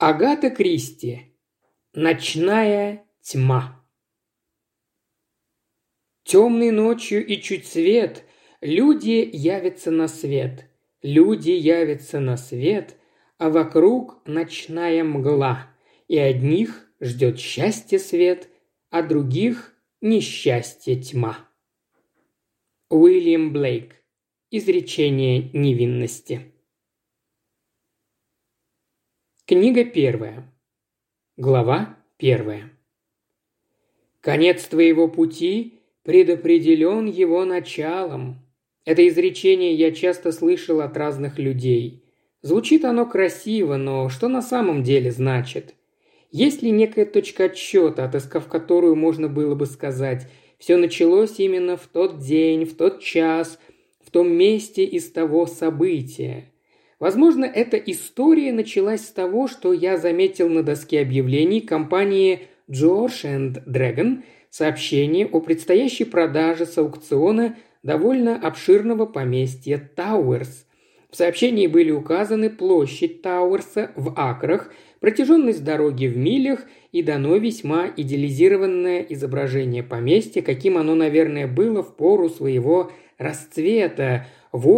Агата Кристи. Ночная тьма. Темной ночью и чуть свет люди явятся на свет. Люди явятся на свет, а вокруг ночная мгла. И одних ждет счастье свет, а других несчастье тьма. Уильям Блейк. Изречение невинности. Книга 1. Глава 1. Конец твоего пути предопределен его началом. Это изречение я часто слышал от разных людей. Звучит оно красиво, но что на самом деле значит? Есть ли некая точка отсчета, отыскав которую можно было бы сказать: все началось именно в тот день, в тот час, в том месте из того события? Возможно, эта история началась с того, что я заметил на доске объявлений компании George and Dragon сообщение о предстоящей продаже с аукциона довольно обширного поместья Тауэрс. В сообщении были указаны площадь Тауэрса в акрах, протяженность дороги в милях и дано весьма идеализированное изображение поместья, каким оно, наверное, было в пору своего расцвета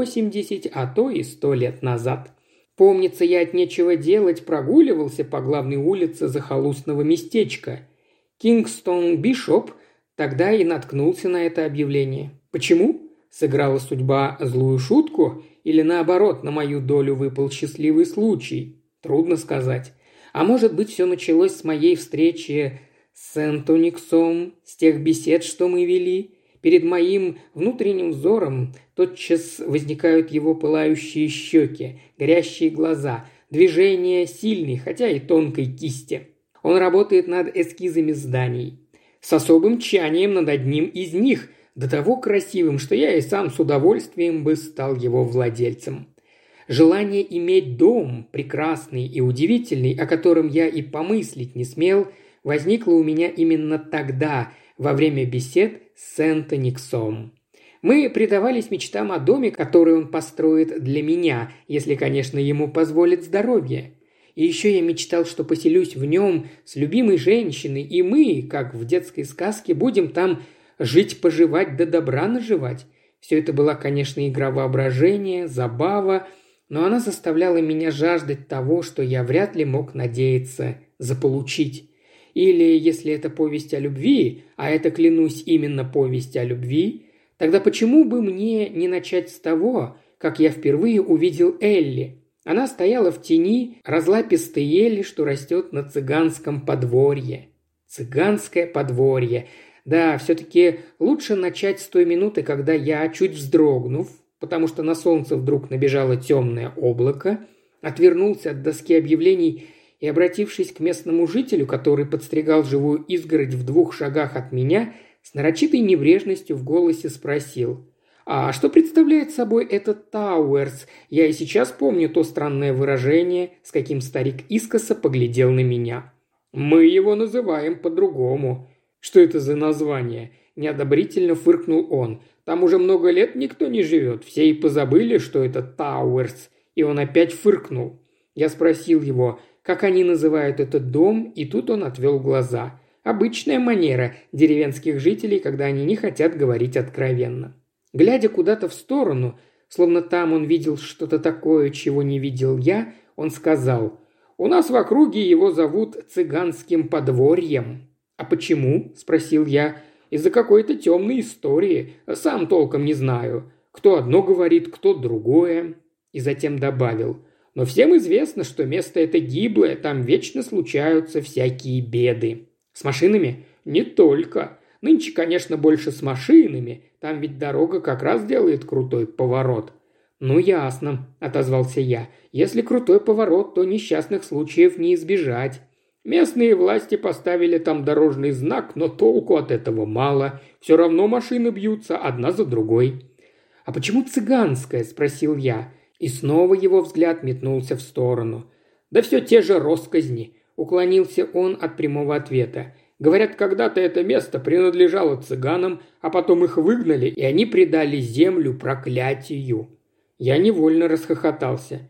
80, а то и 100 лет назад. Помнится, я от нечего делать прогуливался по главной улице захолустного местечка. Кингстон Бишоп тогда и наткнулся на это объявление. Почему? Сыграла судьба злую шутку или наоборот, на мою долю выпал счастливый случай? Трудно сказать. А может быть, все началось с моей встречи с Сент-Ониксом, с тех бесед, что мы вели? Перед моим внутренним взором тотчас возникают его пылающие щеки, горящие глаза, движения сильной, хотя и тонкой кисти. Он работает над эскизами зданий. С особым тщанием над одним из них, до того красивым, что я и сам с удовольствием бы стал его владельцем. Желание иметь дом, прекрасный и удивительный, о котором я и помыслить не смел, возникло у меня именно тогда, во время бесед с Сент-Ониксом. Мы предавались мечтам о доме, который он построит для меня, если, конечно, ему позволит здоровье. И еще я мечтал, что поселюсь в нем с любимой женщиной, и мы, как в детской сказке, будем там жить-поживать да добра наживать. Все это была, конечно, игра воображения, забава, но она заставляла меня жаждать того, что я вряд ли мог надеяться заполучить. Или, если это повесть о любви, а это, клянусь, именно повесть о любви, тогда почему бы мне не начать с того, как я впервые увидел Элли? Она стояла в тени разлапистой ели, что растет на цыганском подворье. Цыганское подворье. Да, все-таки лучше начать с той минуты, когда я, чуть вздрогнув, потому что на солнце вдруг набежало темное облако, отвернулся от доски объявлений и, обратившись к местному жителю, который подстригал живую изгородь в 2 шагах от меня, с нарочитой небрежностью в голосе спросил: «А что представляет собой этот Тауэрс? Я и сейчас помню то странное выражение, с каким старик искоса поглядел на меня». «Мы его называем по-другому». «Что это за название?» – неодобрительно фыркнул он. «Там уже много лет никто не живет, все и позабыли, что это Тауэрс». И он опять фыркнул. Я спросил его, как они называют этот дом, и тут он отвел глаза. Обычная манера деревенских жителей, когда они не хотят говорить откровенно. Глядя куда-то в сторону, словно там он видел что-то такое, чего не видел я, он сказал: «У нас в округе его зовут цыганским подворьем». «А почему?» – спросил я. «Из-за какой-то темной истории. Сам толком не знаю. Кто одно говорит, кто другое». И затем добавил: «Но всем известно, что место это гиблое, там вечно случаются всякие беды». «С машинами?» «Не только. Нынче, конечно, больше с машинами. Там ведь дорога как раз делает крутой поворот». «Ну, ясно», – отозвался я. «Если крутой поворот, то несчастных случаев не избежать». Местные власти поставили там дорожный знак, но толку от этого мало. Все равно машины бьются одна за другой». «А почему цыганская?» – спросил я. И снова его взгляд метнулся в сторону. «Да все те же росказни», – уклонился он от прямого ответа. «Говорят, когда-то это место принадлежало цыганам, а потом их выгнали, и они предали землю проклятию». Я невольно расхохотался.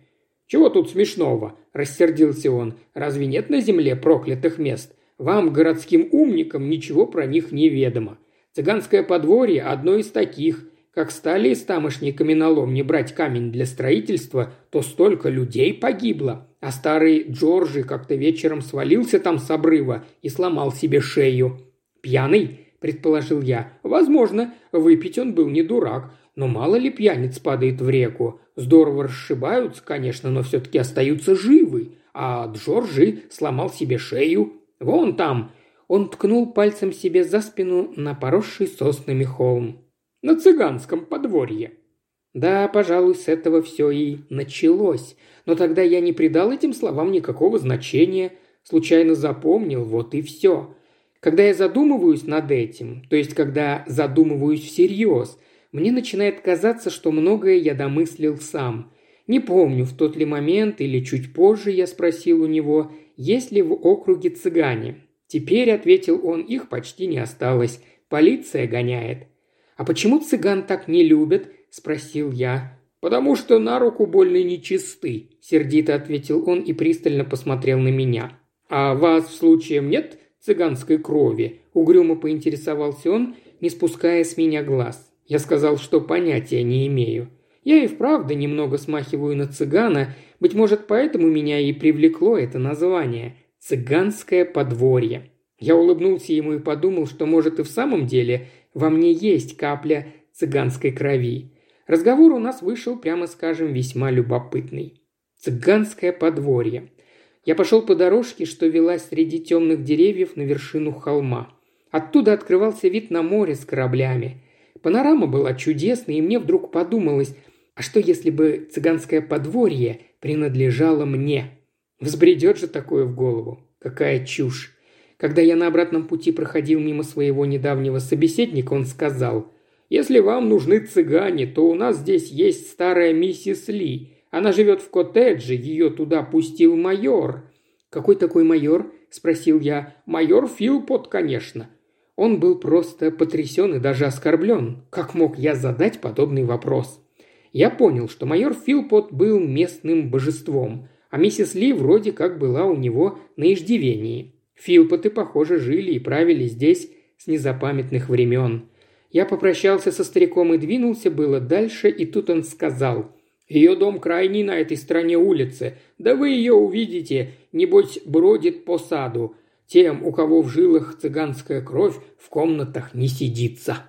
«Чего тут смешного?» – рассердился он. «Разве нет на земле проклятых мест? Вам, городским умникам, ничего про них не ведомо. Цыганское подворье – одно из таких. Как стали из тамошней каменоломни брать камень для строительства, то столько людей погибло. А старый Джорджи как-то вечером свалился там с обрыва и сломал себе шею. Пьяный?» – предположил я. «Возможно, выпить он был не дурак. Но мало ли пьяниц падает в реку. Здорово расшибаются, конечно, но все-таки остаются живы. А Джорджи сломал себе шею. Вон там». Он ткнул пальцем себе за спину на поросший соснами холм. «На цыганском подворье». Да, пожалуй, с этого все и началось. Но тогда я не придал этим словам никакого значения. Случайно запомнил, вот и все. Когда я задумываюсь над этим, то есть когда задумываюсь всерьез, мне начинает казаться, что многое я домыслил сам. Не помню, в тот ли момент или чуть позже я спросил у него, есть ли в округе цыгане. Теперь, ответил он, их почти не осталось. Полиция гоняет. «А почему цыган так не любят?» – спросил я. «Потому что на руку больно нечисты», – сердито ответил он и пристально посмотрел на меня. «А вас, случаем, нет цыганской крови?» – угрюмо поинтересовался он, не спуская с меня глаз. Я сказал, что понятия не имею. Я и вправду немного смахиваю на цыгана, быть может, поэтому меня и привлекло это название – «Цыганское подворье». Я улыбнулся ему и подумал, что, может, и в самом деле во мне есть капля цыганской крови. Разговор у нас вышел, прямо скажем, весьма любопытный. Цыганское подворье. Я пошел по дорожке, что вела среди темных деревьев на вершину холма. Оттуда открывался вид на море с кораблями. Панорама была чудесной, и мне вдруг подумалось, а что если бы цыганское подворье принадлежало мне? Взбредет же такое в голову. Какая чушь. Когда я на обратном пути проходил мимо своего недавнего собеседника, он сказал: «Если вам нужны цыгане, то у нас здесь есть старая миссис Ли. Она живет в коттедже, ее туда пустил майор». «Какой такой майор?» – спросил я. «Майор Филпот, конечно». Он был просто потрясен и даже оскорблен. Как мог я задать подобный вопрос? Я понял, что майор Филпот был местным божеством, а миссис Ли вроде как была у него на иждивении. Филпоты, похоже, жили и правили здесь с незапамятных времен. Я попрощался со стариком и двинулся было дальше, и тут он сказал: «Ее дом крайний на этой стороне улицы. Да вы ее увидите, небось бродит по саду. Тем, у кого в жилах цыганская кровь, в комнатах не сидится».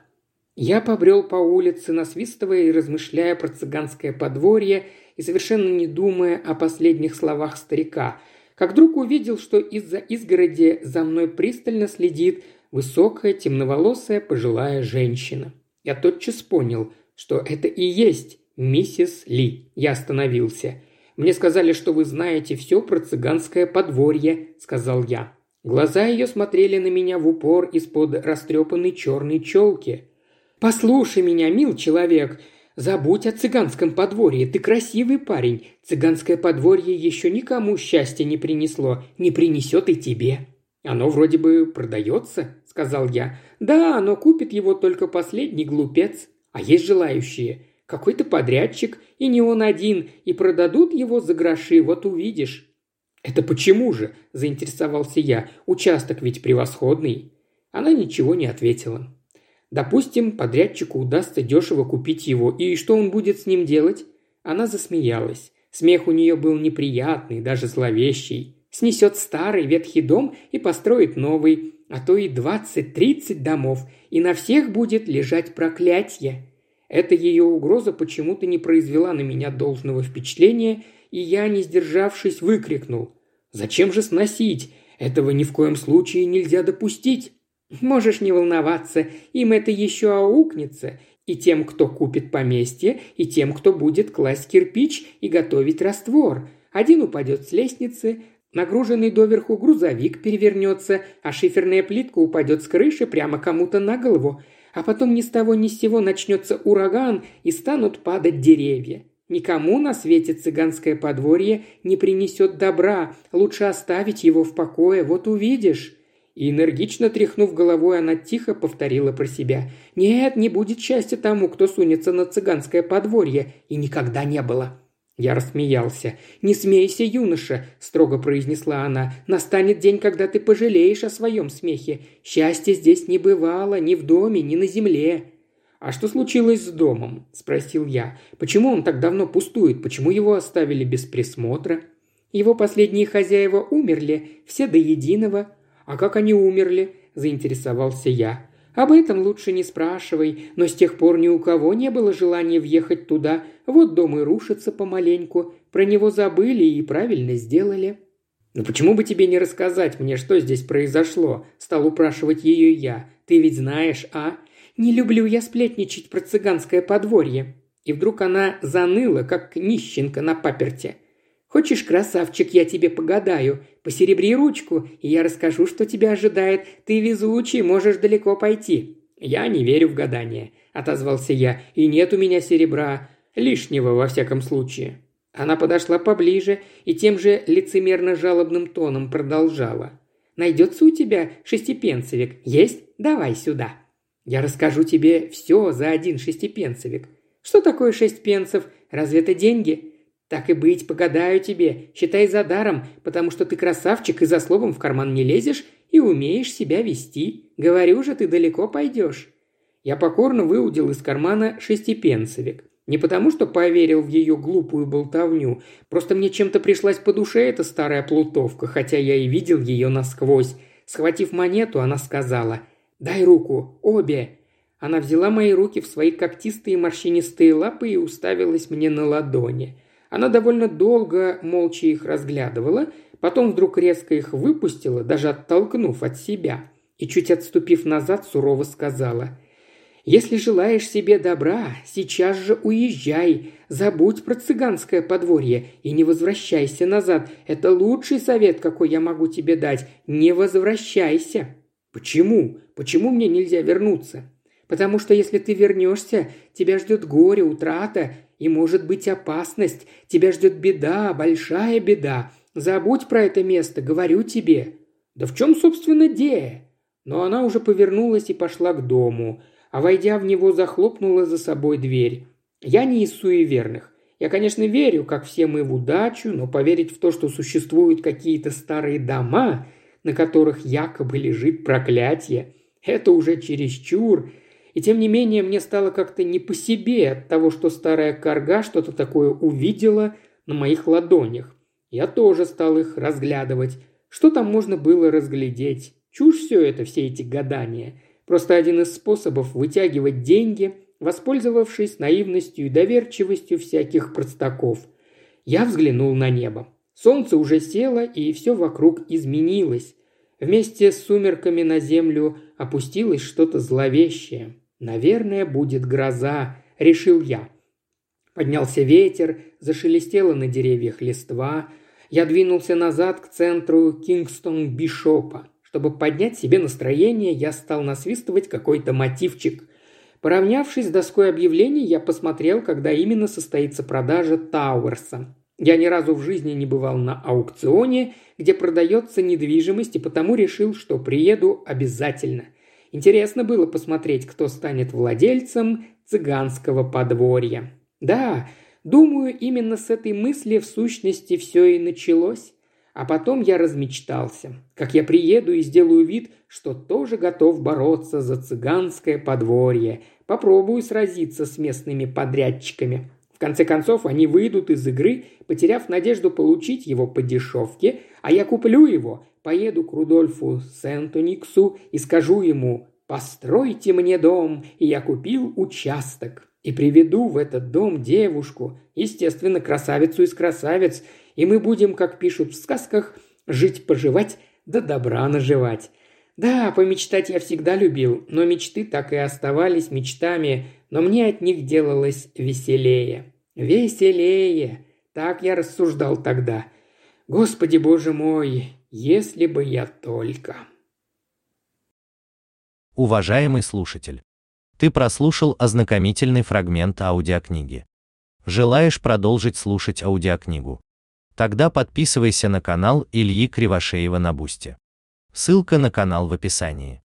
Я побрел по улице, насвистывая и размышляя про цыганское подворье и совершенно не думая о последних словах старика, как вдруг увидел, что из-за изгороди за мной пристально следит высокая, темноволосая пожилая женщина. Я тотчас понял, что это и есть миссис Ли. Я остановился. «Мне сказали, что вы знаете все про цыганское подворье», – сказал я. Глаза ее смотрели на меня в упор из-под растрепанной черной челки. «Послушай меня, мил человек, забудь о цыганском подворье, ты красивый парень. Цыганское подворье еще никому счастья не принесло, не принесет и тебе». «Оно вроде бы продается», – сказал я. «Да, но купит его только последний глупец. А есть желающие. Какой-то подрядчик, и не он один, и продадут его за гроши, вот увидишь». «Это почему же?» – заинтересовался я. «Участок ведь превосходный». Она ничего не ответила. «Допустим, подрядчику удастся дешево купить его, и что он будет с ним делать?» Она засмеялась. Смех у нее был неприятный, даже зловещий. «Снесет старый ветхий дом и построит новый, а то и 20-30 домов, и на всех будет лежать проклятье». Эта ее угроза почему-то не произвела на меня должного впечатления, и я, не сдержавшись, выкрикнул: «Зачем же сносить? Этого ни в коем случае нельзя допустить». «Можешь не волноваться, им это еще аукнется, и тем, кто купит поместье, и тем, кто будет класть кирпич и готовить раствор. Один упадет с лестницы, нагруженный доверху грузовик перевернется, а шиферная плитка упадет с крыши прямо кому-то на голову, а потом ни с того ни с сего начнется ураган и станут падать деревья. Никому на свете цыганское подворье не принесет добра, лучше оставить его в покое, вот увидишь». И энергично тряхнув головой, она тихо повторила про себя: «Нет, не будет счастья тому, кто сунется на цыганское подворье, и никогда не было». Я рассмеялся. «Не смейся, юноша», – строго произнесла она. «Настанет день, когда ты пожалеешь о своем смехе. Счастья здесь не бывало ни в доме, ни на земле». «А что случилось с домом?» – спросил я. «Почему он так давно пустует? Почему его оставили без присмотра?» «Его последние хозяева умерли, все до единого». «А как они умерли?» – заинтересовался я. «Об этом лучше не спрашивай, но с тех пор ни у кого не было желания въехать туда. Вот дом и рушится помаленьку. Про него забыли и правильно сделали». «Но почему бы тебе не рассказать мне, что здесь произошло?» – стал упрашивать ее я. «Ты ведь знаешь, а?» «Не люблю я сплетничать про цыганское подворье». И вдруг она заныла, как нищенка на паперте. «Хочешь, красавчик, я тебе погадаю? Посеребри ручку, и я расскажу, что тебя ожидает. Ты везучий, можешь далеко пойти». «Я не верю в гадания», – отозвался я, – «и нет у меня серебра, лишнего во всяком случае». Она подошла поближе и тем же лицемерно-жалобным тоном продолжала. «Найдется у тебя шестипенцевик? Есть? Давай сюда. Я расскажу тебе все за один шестипенцевик. Что такое 6 пенсов? Разве это деньги? Так и быть, погадаю тебе, считай за даром, потому что ты красавчик и за словом в карман не лезешь и умеешь себя вести. Говорю же, ты далеко пойдешь». Я покорно выудил из кармана шестипенцевик. Не потому, что поверил в ее глупую болтовню, просто мне чем-то пришлась по душе эта старая плутовка, хотя я и видел ее насквозь. Схватив монету, она сказала: «Дай руку, обе». Она взяла мои руки в свои когтистые морщинистые лапы и уставилась мне на ладони. Она довольно долго молча их разглядывала, потом вдруг резко их выпустила, даже оттолкнув от себя, и, чуть отступив назад, сурово сказала: «Если желаешь себе добра, сейчас же уезжай, забудь про цыганское подворье и не возвращайся назад. Это лучший совет, какой я могу тебе дать. Не возвращайся». «Почему? Почему мне нельзя вернуться?» «Потому что если ты вернешься, тебя ждет горе, утрата и, может быть, опасность. Тебя ждет беда, большая беда. Забудь про это место, говорю тебе». «Да в чем, собственно, идея?» Но она уже повернулась и пошла к дому, а, войдя в него, захлопнула за собой дверь. Я не из суеверных. Я, конечно, верю, как все мы, в удачу, но поверить в то, что существуют какие-то старые дома, на которых якобы лежит проклятие, это уже чересчур. И тем не менее мне стало как-то не по себе от того, что старая карга что-то такое увидела на моих ладонях. Я тоже стал их разглядывать. Что там можно было разглядеть? Чушь все это, все эти гадания. Просто один из способов вытягивать деньги, воспользовавшись наивностью и доверчивостью всяких простаков. Я взглянул на небо. Солнце уже село, и все вокруг изменилось. Вместе с сумерками на землю опустилось что-то зловещее. «Наверное, будет гроза», – решил я. Поднялся ветер, зашелестело на деревьях листва. Я двинулся назад к центру Кингстон-Бишопа. Чтобы поднять себе настроение, я стал насвистывать какой-то мотивчик. Поравнявшись с доской объявлений, я посмотрел, когда именно состоится продажа Тауэрса. Я ни разу в жизни не бывал на аукционе, где продается недвижимость, и потому решил, что приеду обязательно. Интересно было посмотреть, кто станет владельцем цыганского подворья. Да, думаю, именно с этой мысли в сущности все и началось. А потом я размечтался, как я приеду и сделаю вид, что тоже готов бороться за цыганское подворье, попробую сразиться с местными подрядчиками. В конце концов, они выйдут из игры, потеряв надежду получить его по дешевке, а я куплю его, поеду к Рудольфу Сент-Ониксу и скажу ему: «Постройте мне дом, и я купил участок». И приведу в этот дом девушку, естественно, красавицу из красавиц, и мы будем, как пишут в сказках, жить-поживать да добра наживать. Да, помечтать я всегда любил, но мечты так и оставались мечтами, но мне от них делалось веселее. Веселее! Так я рассуждал тогда. Господи Боже мой, если бы я только... Уважаемый слушатель, ты прослушал ознакомительный фрагмент аудиокниги. Желаешь продолжить слушать аудиокнигу? Тогда подписывайся на канал Ильи Кривошеева на Бусти. Ссылка на канал в описании.